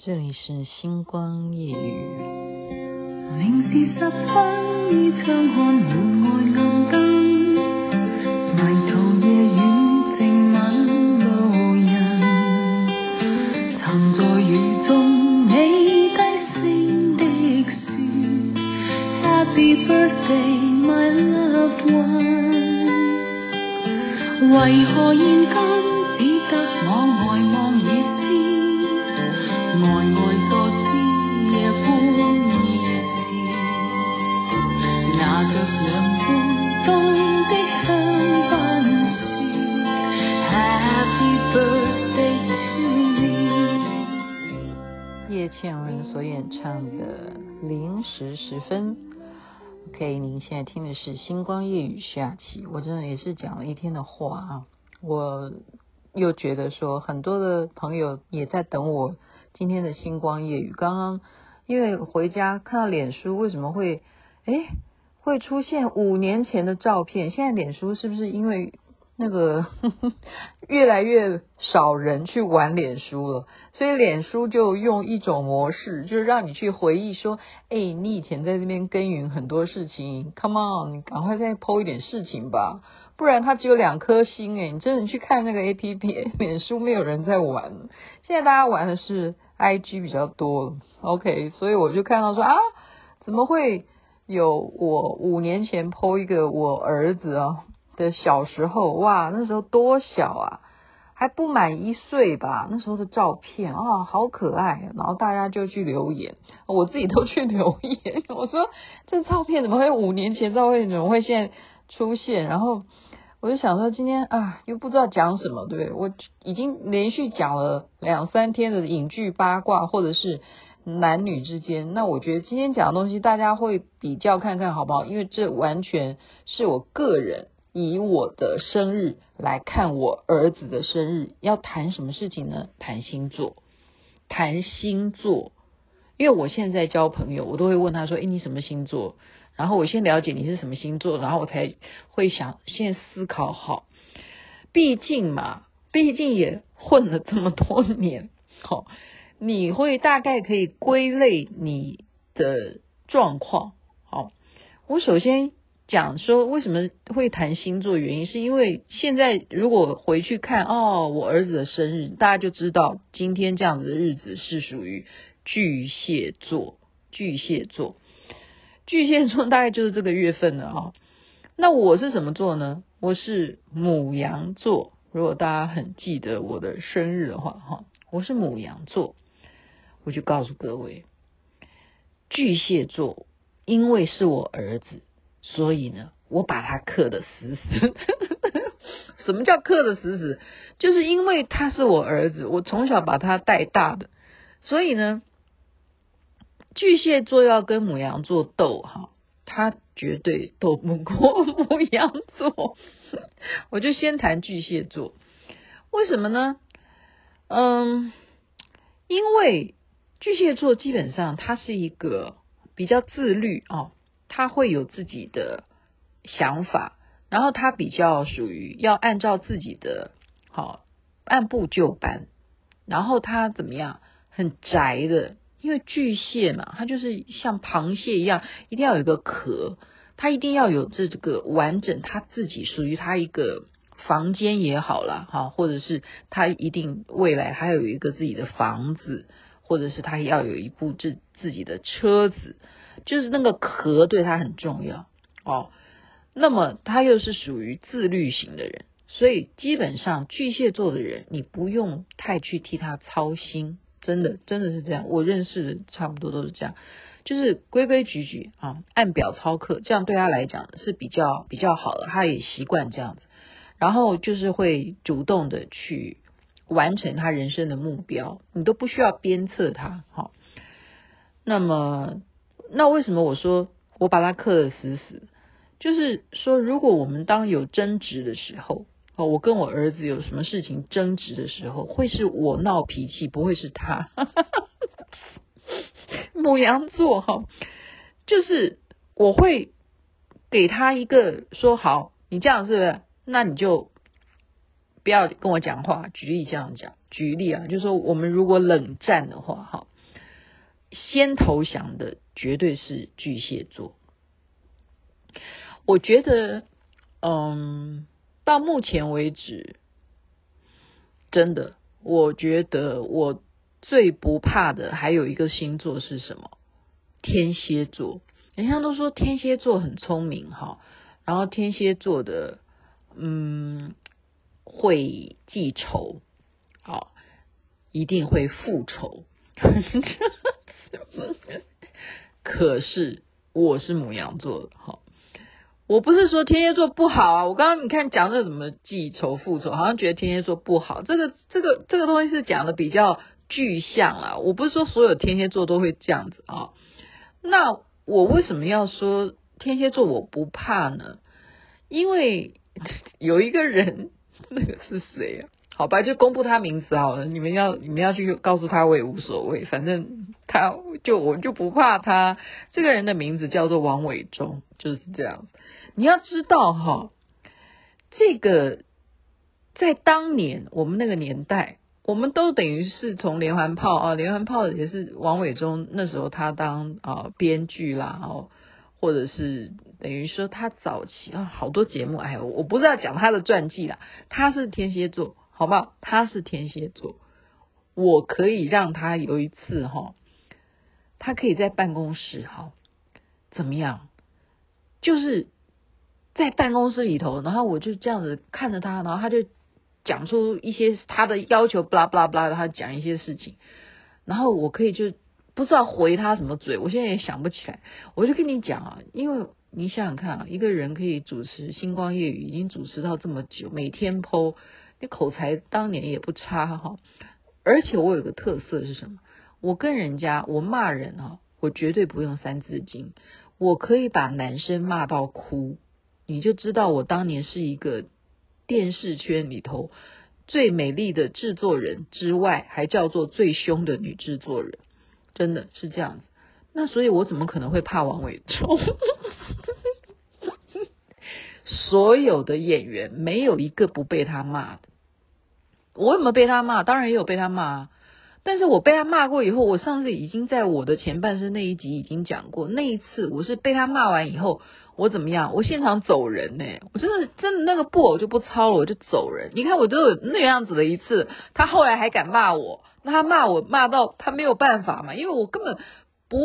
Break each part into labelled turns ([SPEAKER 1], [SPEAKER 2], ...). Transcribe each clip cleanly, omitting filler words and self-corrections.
[SPEAKER 1] 这里是星光夜雨。
[SPEAKER 2] 零時10分，倚窗看門外暗燈，迷途夜雨靜吻路人，曾在雨中你低聲的說 Happy birthday my loved one， 為何現今只得我呆望月天，呆呆坐思夜半夜時，拿着兩杯凍的香檳說 Happy birthday to me。
[SPEAKER 1] 叶倩文所演唱的零时10分。 OK， 您现在听的是星光夜雨下期。我真的也是讲了一天的话啊，我又觉得说很多的朋友也在等我今天的星光夜雨。刚刚因为回家看到脸书为什么会出现5年前的照片，现在脸书是不是因为那个越来越少人去玩脸书了，所以脸书就用一种模式，就是让你去回忆说你以前在这边耕耘很多事情， come on， 你赶快再 po 一点事情吧，不然它只有2颗星你真的去看那个 APP 脸书没有人在玩，现在大家玩的是 IG 比较多。 OK， 所以我就看到说怎么会有我5年前 po 一个我儿子的小时候，哇，那时候多小啊，还不满1岁吧，那时候的照片好可爱。然后大家就去留言，我自己都去留言，我说这照片怎么会5年前照片怎么会现在出现？然后我就想说今天又不知道讲什么，对，我已经连续讲了2-3天的影剧八卦或者是男女之间，那我觉得今天讲的东西大家会比较看看好不好，因为这完全是我个人以我的生日来看我儿子的生日。要谈什么事情呢？谈星座，因为我现在交朋友我都会问他说你什么星座，然后我先了解你是什么星座，然后我才会想先思考好，毕竟也混了这么多年你会大概可以归类你的状况。我首先讲说为什么会谈星座，原因是因为现在如果回去看我儿子的生日，大家就知道今天这样子的日子是属于巨蟹座大概就是这个月份了那我是什么座呢？我是牡羊座，如果大家很记得我的生日的话我是牡羊座。我就告诉各位，巨蟹座因为是我儿子，所以呢我把他克得死死什么叫克得死死？就是因为他是我儿子，我从小把他带大的，所以呢巨蟹座要跟牡羊座斗他绝对斗不过牡羊座我就先谈巨蟹座。为什么呢？因为巨蟹座基本上他是一个比较自律他会有自己的想法，然后他比较属于要按照自己的按部就班，然后他怎么样很宅的，因为巨蟹嘛，它就是像螃蟹一样一定要有一个壳，它一定要有这个完整他自己属于他一个房间也好啦或者是他一定未来还有一个自己的房子，或者是他要有一部自己的车子，就是那个壳对他很重要那么他又是属于自律型的人，所以基本上巨蟹座的人你不用太去替他操心，真的是这样，我认识的差不多都是这样，就是规规矩矩按表操课，这样对他来讲是比较好的，他也习惯这样子，然后就是会主动的去完成他人生的目标，你都不需要鞭策他那为什么我说我把他克得死死？就是说如果我们当有争执的时候我跟我儿子有什么事情争执的时候，会是我闹脾气，不会是他牡羊座就是我会给他一个说好，你这样是不是，那你就不要跟我讲话，举例这样讲，举例就是说我们如果冷战的话先投降的绝对是巨蟹座。我觉得到目前为止，真的，我觉得我最不怕的还有一个星座是什么？天蝎座。人家都说天蝎座很聪明哈，然后天蝎座的会记仇，好，一定会复仇。可是我是牡羊座的，好，我不是说天蝎座不好啊，我刚刚你看讲的怎么记仇复仇，好像觉得天蝎座不好，这个东西是讲的比较具象啦，我不是说所有天蝎座都会这样子啊。那我为什么要说天蝎座我不怕呢？因为有一个人，那个是谁啊？好吧，就公布他名字好了，你们要去告诉他我也无所谓，反正我就不怕他。这个人的名字叫做王伟忠，就是这样。你要知道哈，这个在当年我们那个年代，我们都等于是从连环炮啊，连环炮也是王伟忠那时候他当编剧啦，或者是等于说他早期好多节目，哎，我不是要讲他的传记啦，他是天蝎座，好不好？他是天蝎座，我可以让他有一次他可以在办公室怎么样？就是在办公室里头，然后我就这样子看着他，然后他就讲出一些他的要求，blah blah blah的，他讲一些事情，然后我可以就不知道回他什么嘴，我现在也想不起来。我就跟你讲啊，因为你想想看啊，一个人可以主持星光夜语，已经主持到这么久，每天 po， 你口才当年也不差哈。而且我有个特色是什么？我跟人家我骂人我绝对不用三字经，我可以把男生骂到哭，你就知道我当年是一个电视圈里头最美丽的制作人之外，还叫做最凶的女制作人，真的是这样子。那所以我怎么可能会怕王伟忠？所有的演员没有一个不被他骂的。我有没有被他骂？当然也有被他骂啊。但是我被他骂过以后，我上次已经在我的前半生那一集已经讲过，那一次我是被他骂完以后，我怎么样？我现场走人我真的那个布偶就不操了，我就走人。你看我都有那样子的一次，他后来还敢骂我，那他骂我骂到他没有办法嘛，因为我根本不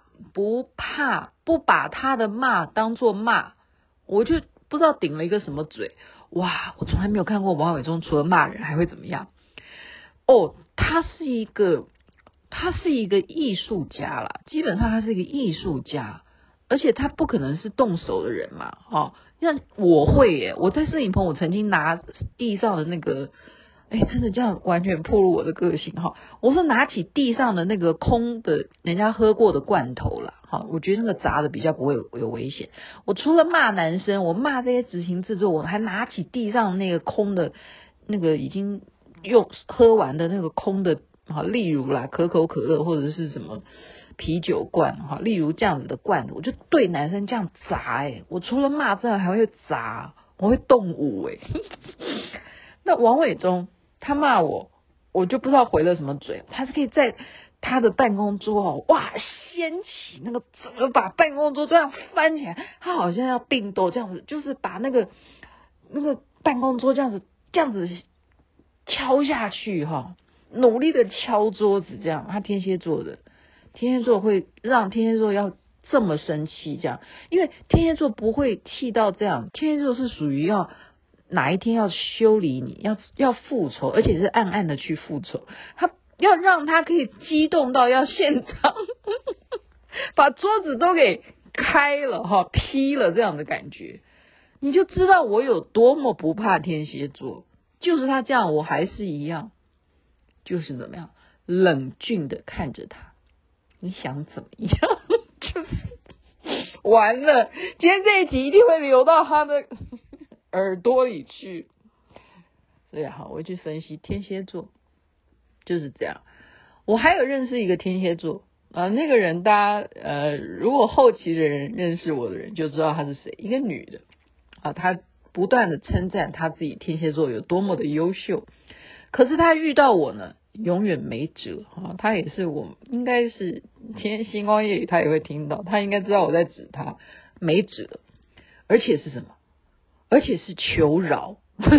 [SPEAKER 1] 把他的骂当作骂，我就不知道顶了一个什么嘴。哇，我从来没有看过王伟忠除了骂人还会怎么样。他是一个艺术家啦，基本上他是一个艺术家，而且他不可能是动手的人嘛，像我会我在摄影棚我曾经拿地上的那个，真的这样完全暴露我的个性我是拿起地上的那个空的人家喝过的罐头啦，我觉得那个砸的比较不会有危险。我除了骂男生，我骂这些执行制作，我还拿起地上那个空的那个已经用喝完的那个空的例如啦可口可乐或者是什么啤酒罐例如这样子的罐子，我就对男生这样砸我除了骂之外还会砸，我会动武那王伟忠他骂我，我就不知道回了什么嘴，他是可以在他的办公桌哇掀起那个整个把办公桌这样翻起来，他好像要并斗这样子，就是把那个办公桌这样子敲下去努力的敲桌子这样。他天蝎座会让天蝎座要这么生气这样，因为天蝎座不会气到这样，天蝎座是属于要哪一天要修理你，要复仇，而且是暗暗的去复仇，他要让他可以激动到要现场把桌子都给开了劈了这样的感觉，你就知道我有多么不怕天蝎座。就是他这样，我还是一样，就是怎么样冷峻的看着他，你想怎么样？就是完了，今天这一集一定会流到他的耳朵里去。所以我会去分析天蝎座就是这样。我还有认识一个天蝎座那个人大家如果后期的人认识我的人就知道他是谁，一个女的她不断的称赞她自己天蝎座有多么的优秀，可是她遇到我呢永远没辙她也是我应该是今天星光夜语他也会听到，他应该知道我在指他，没指了，而且是什么？而且是求饶。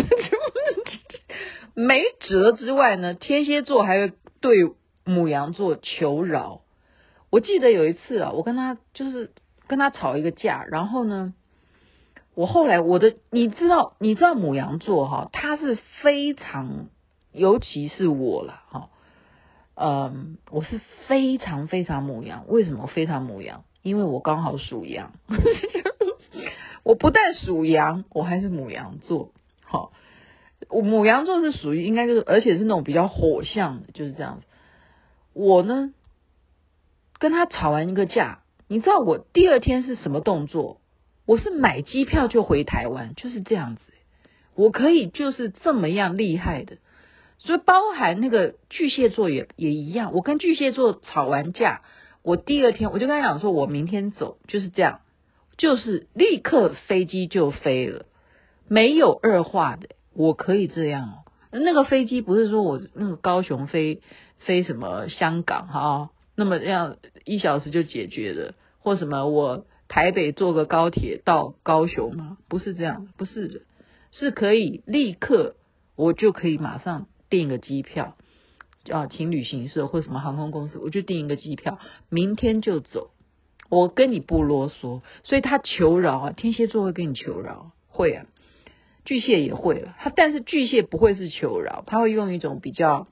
[SPEAKER 1] 没指了之外呢，天蝎座还会对牡羊座求饶。我记得有一次啊，我跟他吵一个架，然后呢，我后来你知道牡羊座哈，他是非常，尤其是我啦哈，我是非常非常牡羊。为什么非常牡羊？因为我刚好属羊，我不但属羊，我还是牡羊座。好，我牡羊座是属于应该就是，而且是那种比较火象的，就是这样子。我呢跟他吵完一个架，你知道我第二天是什么动作？我是买机票就回台湾，就是这样子。我可以就是这么样厉害的。所以包含那个巨蟹座也一样，我跟巨蟹座吵完架，我第二天我就跟他讲说，我明天走，就是这样，就是立刻飞机就飞了，没有二话的，我可以这样哦。那个飞机不是说我那个高雄飞什么香港哈，那么这样1小时就解决了，或什么我台北坐个高铁到高雄吗？不是这样，不是的，是可以立刻我就可以马上订个机票请旅行社或什么航空公司，我就订一个机票，明天就走。我跟你不啰嗦，所以他求饶啊，天蝎座会跟你求饶，会啊，巨蟹也会了，但是巨蟹不会是求饶，他会用一种比较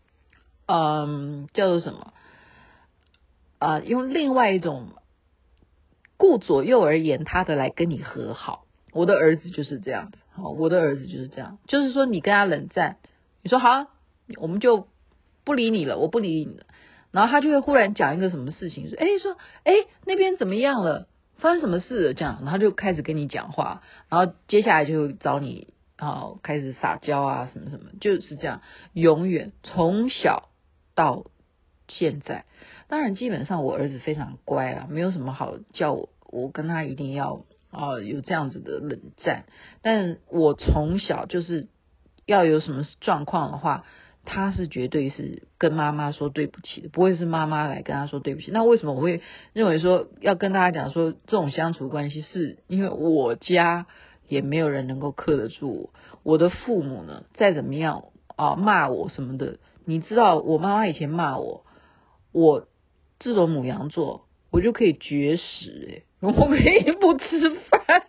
[SPEAKER 1] 叫做什么用另外一种顾左右而言他的来跟你和好。我的儿子就是这样子，我的儿子就是这样，就是说你跟他冷战，你说好，我们就不理你了，我不理你了，然后他就会忽然讲一个什么事情，说那边怎么样了，发生什么事了这样，然后就开始跟你讲话，然后接下来就找你开始撒娇啊什么什么，就是这样，永远从小到现在。当然基本上我儿子非常乖啦，没有什么好叫我跟他一定要有这样子的冷战，但我从小就是要有什么状况的话，他是绝对是跟妈妈说对不起的，不会是妈妈来跟他说对不起。那为什么我会认为说要跟大家讲说这种相处关系，是因为我家也没有人能够克得住我的父母呢，再怎么样骂我什么的，你知道我妈妈以前骂我这种牡羊座，我就可以绝食我可以不吃饭。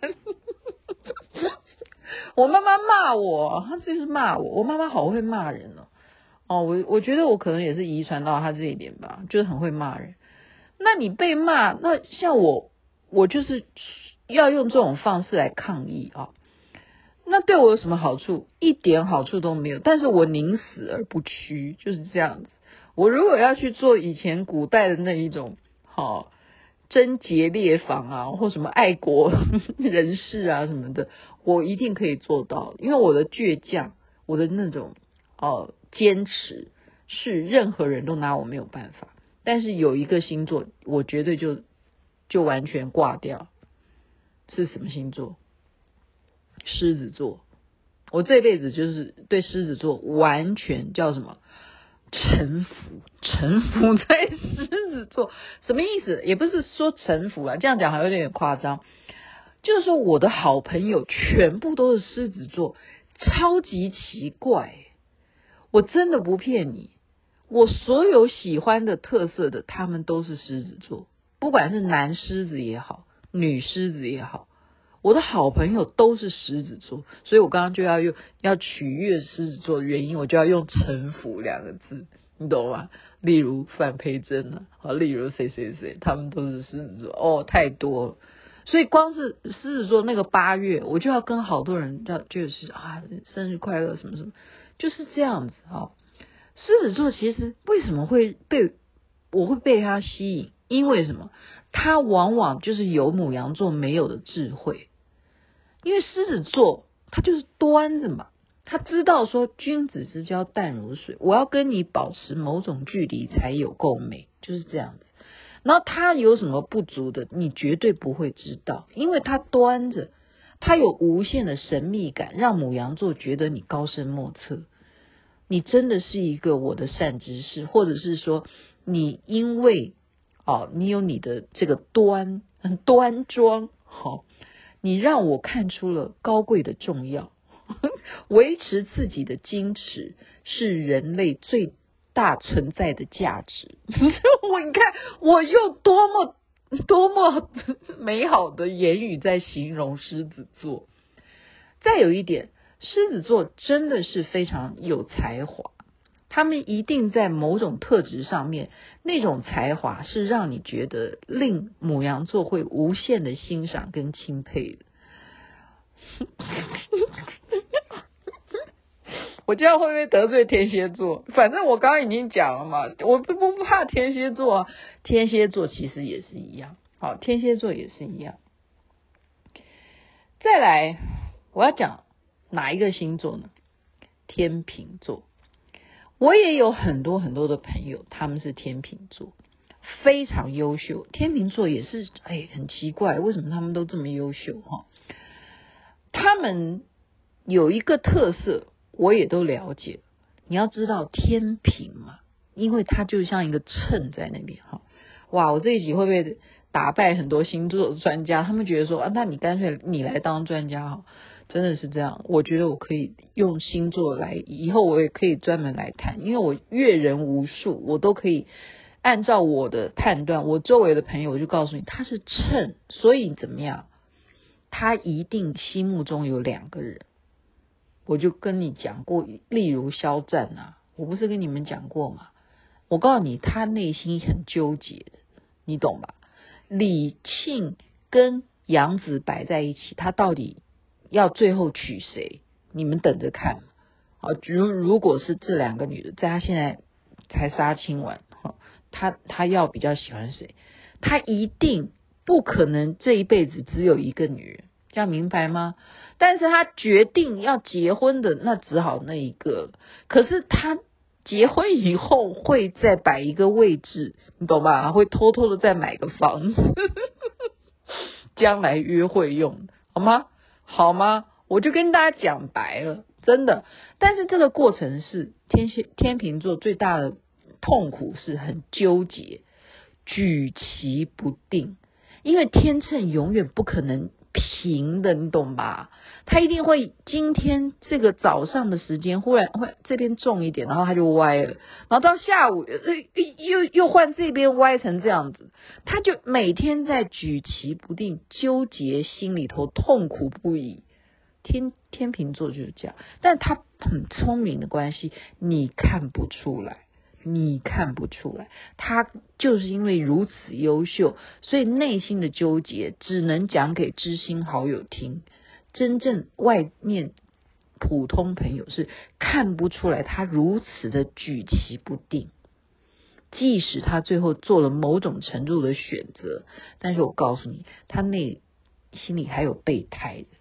[SPEAKER 1] 我妈妈骂我，她就是骂我妈妈好会骂人我觉得我可能也是遗传到她这一点吧，就是很会骂人。那你被骂，那像我就是要用这种方式来抗议那对我有什么好处？一点好处都没有，但是我宁死而不屈，就是这样子。我如果要去做以前古代的那一种贞洁列防或什么爱国人士什么的，我一定可以做到，因为我的倔强，我的那种坚持，是任何人都拿我没有办法。但是有一个星座，我绝对就完全挂掉，是什么星座？狮子座。我这辈子就是对狮子座完全叫什么臣服在狮子座。什么意思？也不是说臣服这样讲还有点夸张，就是说我的好朋友全部都是狮子座，超级奇怪，我真的不骗你，我所有喜欢的特色的他们都是狮子座，不管是男狮子也好，女狮子也好，我的好朋友都是狮子座，所以我刚刚就要取悦狮子座的原因，我就要用臣服2个字，你懂吗？例如范佩珍例如谁谁谁，他们都是狮子座太多了。所以光是狮子座那个8月，我就要跟好多人就是生日快乐什么什么，就是这样子狮子座其实为什么我会被他吸引？因为什么？他往往就是有牡羊座没有的智慧。因为狮子座他就是端着嘛，他知道说君子之交淡如水，我要跟你保持某种距离才有够美，就是这样子。然后他有什么不足的，你绝对不会知道，因为他端着，他有无限的神秘感，让牡羊座觉得你高深莫测，你真的是一个我的善知识，或者是说你因为你有你的这个很端庄，你让我看出了高贵的重要。维持自己的矜持是人类最大存在的价值。你看我用多么美好的言语在形容狮子座。再有一点，狮子座真的是非常有才华，他们一定在某种特质上面，那种才华是让你觉得令牡羊座会无限的欣赏跟钦佩的。我这样会不会得罪天蝎座？反正我刚刚已经讲了嘛，我不怕天蝎座啊，天蝎座其实也是一样，天蝎座也是一样。再来，我要讲哪一个星座呢？天秤座。我也有很多的朋友，他们是天秤座，非常优秀。天秤座也是，很奇怪，为什么他们都这么优秀哈？他们有一个特色，我也都了解。你要知道天秤嘛，因为它就像一个秤在那边哈。哇，我这一集会不会打败很多星座的专家？他们觉得说那你干脆你来当专家哈。真的是这样，我觉得我可以用星座来，以后我也可以专门来谈，因为我阅人无数，我都可以按照我的判断，我周围的朋友我就告诉你，他是秤，所以怎么样？他一定心目中有2个人。我就跟你讲过，例如肖战啊，我不是跟你们讲过吗？我告诉你，他内心很纠结的，你懂吧？李沁跟杨紫摆在一起，他到底要最后娶谁？你们等着看。如果是这2个女的，在他现在才杀青完，他要比较喜欢谁？他一定不可能这一辈子只有一个女人，这样明白吗？但是他决定要结婚的，那只好那一个了。可是他结婚以后会再摆一个位置，你懂吧？会偷偷的再买个房子，将来约会用，好吗？我就跟大家讲白了，真的。但是这个过程是天秤座最大的痛苦，是很纠结，举棋不定。因为天秤永远不可能平的，你懂吧？他一定会今天这个早上的时间忽然会这边重一点，然后他就歪了，然后到下午又换这边歪成这样子，他就每天在举棋不定，纠结，心里头痛苦不已。天秤座就是这样，但他很聪明的关系，你看不出来，他就是因为如此优秀，所以内心的纠结只能讲给知心好友听，真正外面普通朋友是看不出来他如此的举棋不定。即使他最后做了某种程度的选择，但是我告诉你，他心里还有备胎的。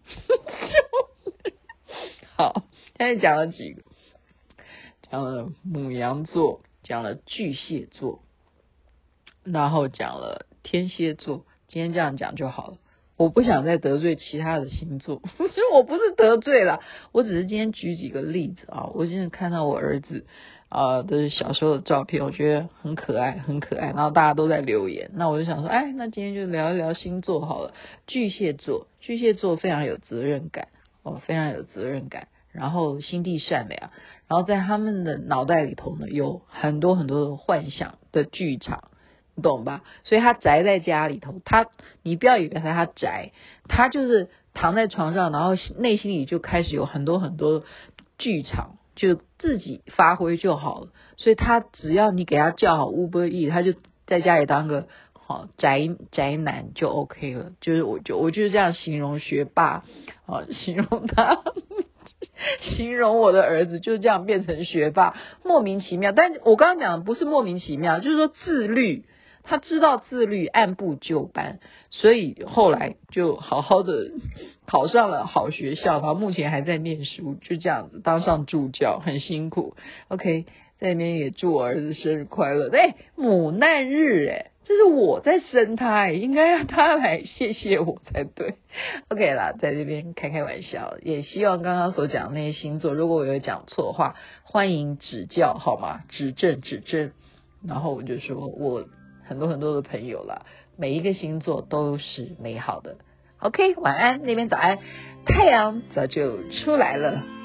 [SPEAKER 1] 好，现在讲了几个，讲了牡羊座，讲了巨蟹座，然后讲了天蝎座，今天这样讲就好了，我不想再得罪其他的星座。我不是得罪啦，我只是今天举几个例子啊。我现在看到我儿子的小时候的照片，我觉得很可爱，然后大家都在留言，那我就想说，那今天就聊一聊星座好了。巨蟹座非常有责任感，非常有责任感，然后心地善良，然后在他们的脑袋里头呢，有很多的幻想的剧场，你懂吧？所以他宅在家里头，你不要以为他宅，他就是躺在床上，然后内心里就开始有很多剧场，就自己发挥就好了。所以他只要你给他叫好 Uber E， 他就在家里当个宅男就 OK 了。就是我就是这样形容学霸，形容他形容我的儿子就这样变成学霸，莫名其妙。但我刚刚讲的不是莫名其妙，就是说自律，他知道自律，按部就班，所以后来就好好的考上了好学校，然后目前还在念书，就这样子当上助教，很辛苦。OK， 在那边也祝我儿子生日快乐。母难日这是我在生他应该让他来谢谢我才对。OK 啦，在这边开玩笑，也希望刚刚所讲的那些星座，如果我有讲错的话，欢迎指教好吗？指正。然后我就说我很多很多的朋友了，每一个星座都是美好的。OK， 晚安，那边早安，太阳早就出来了。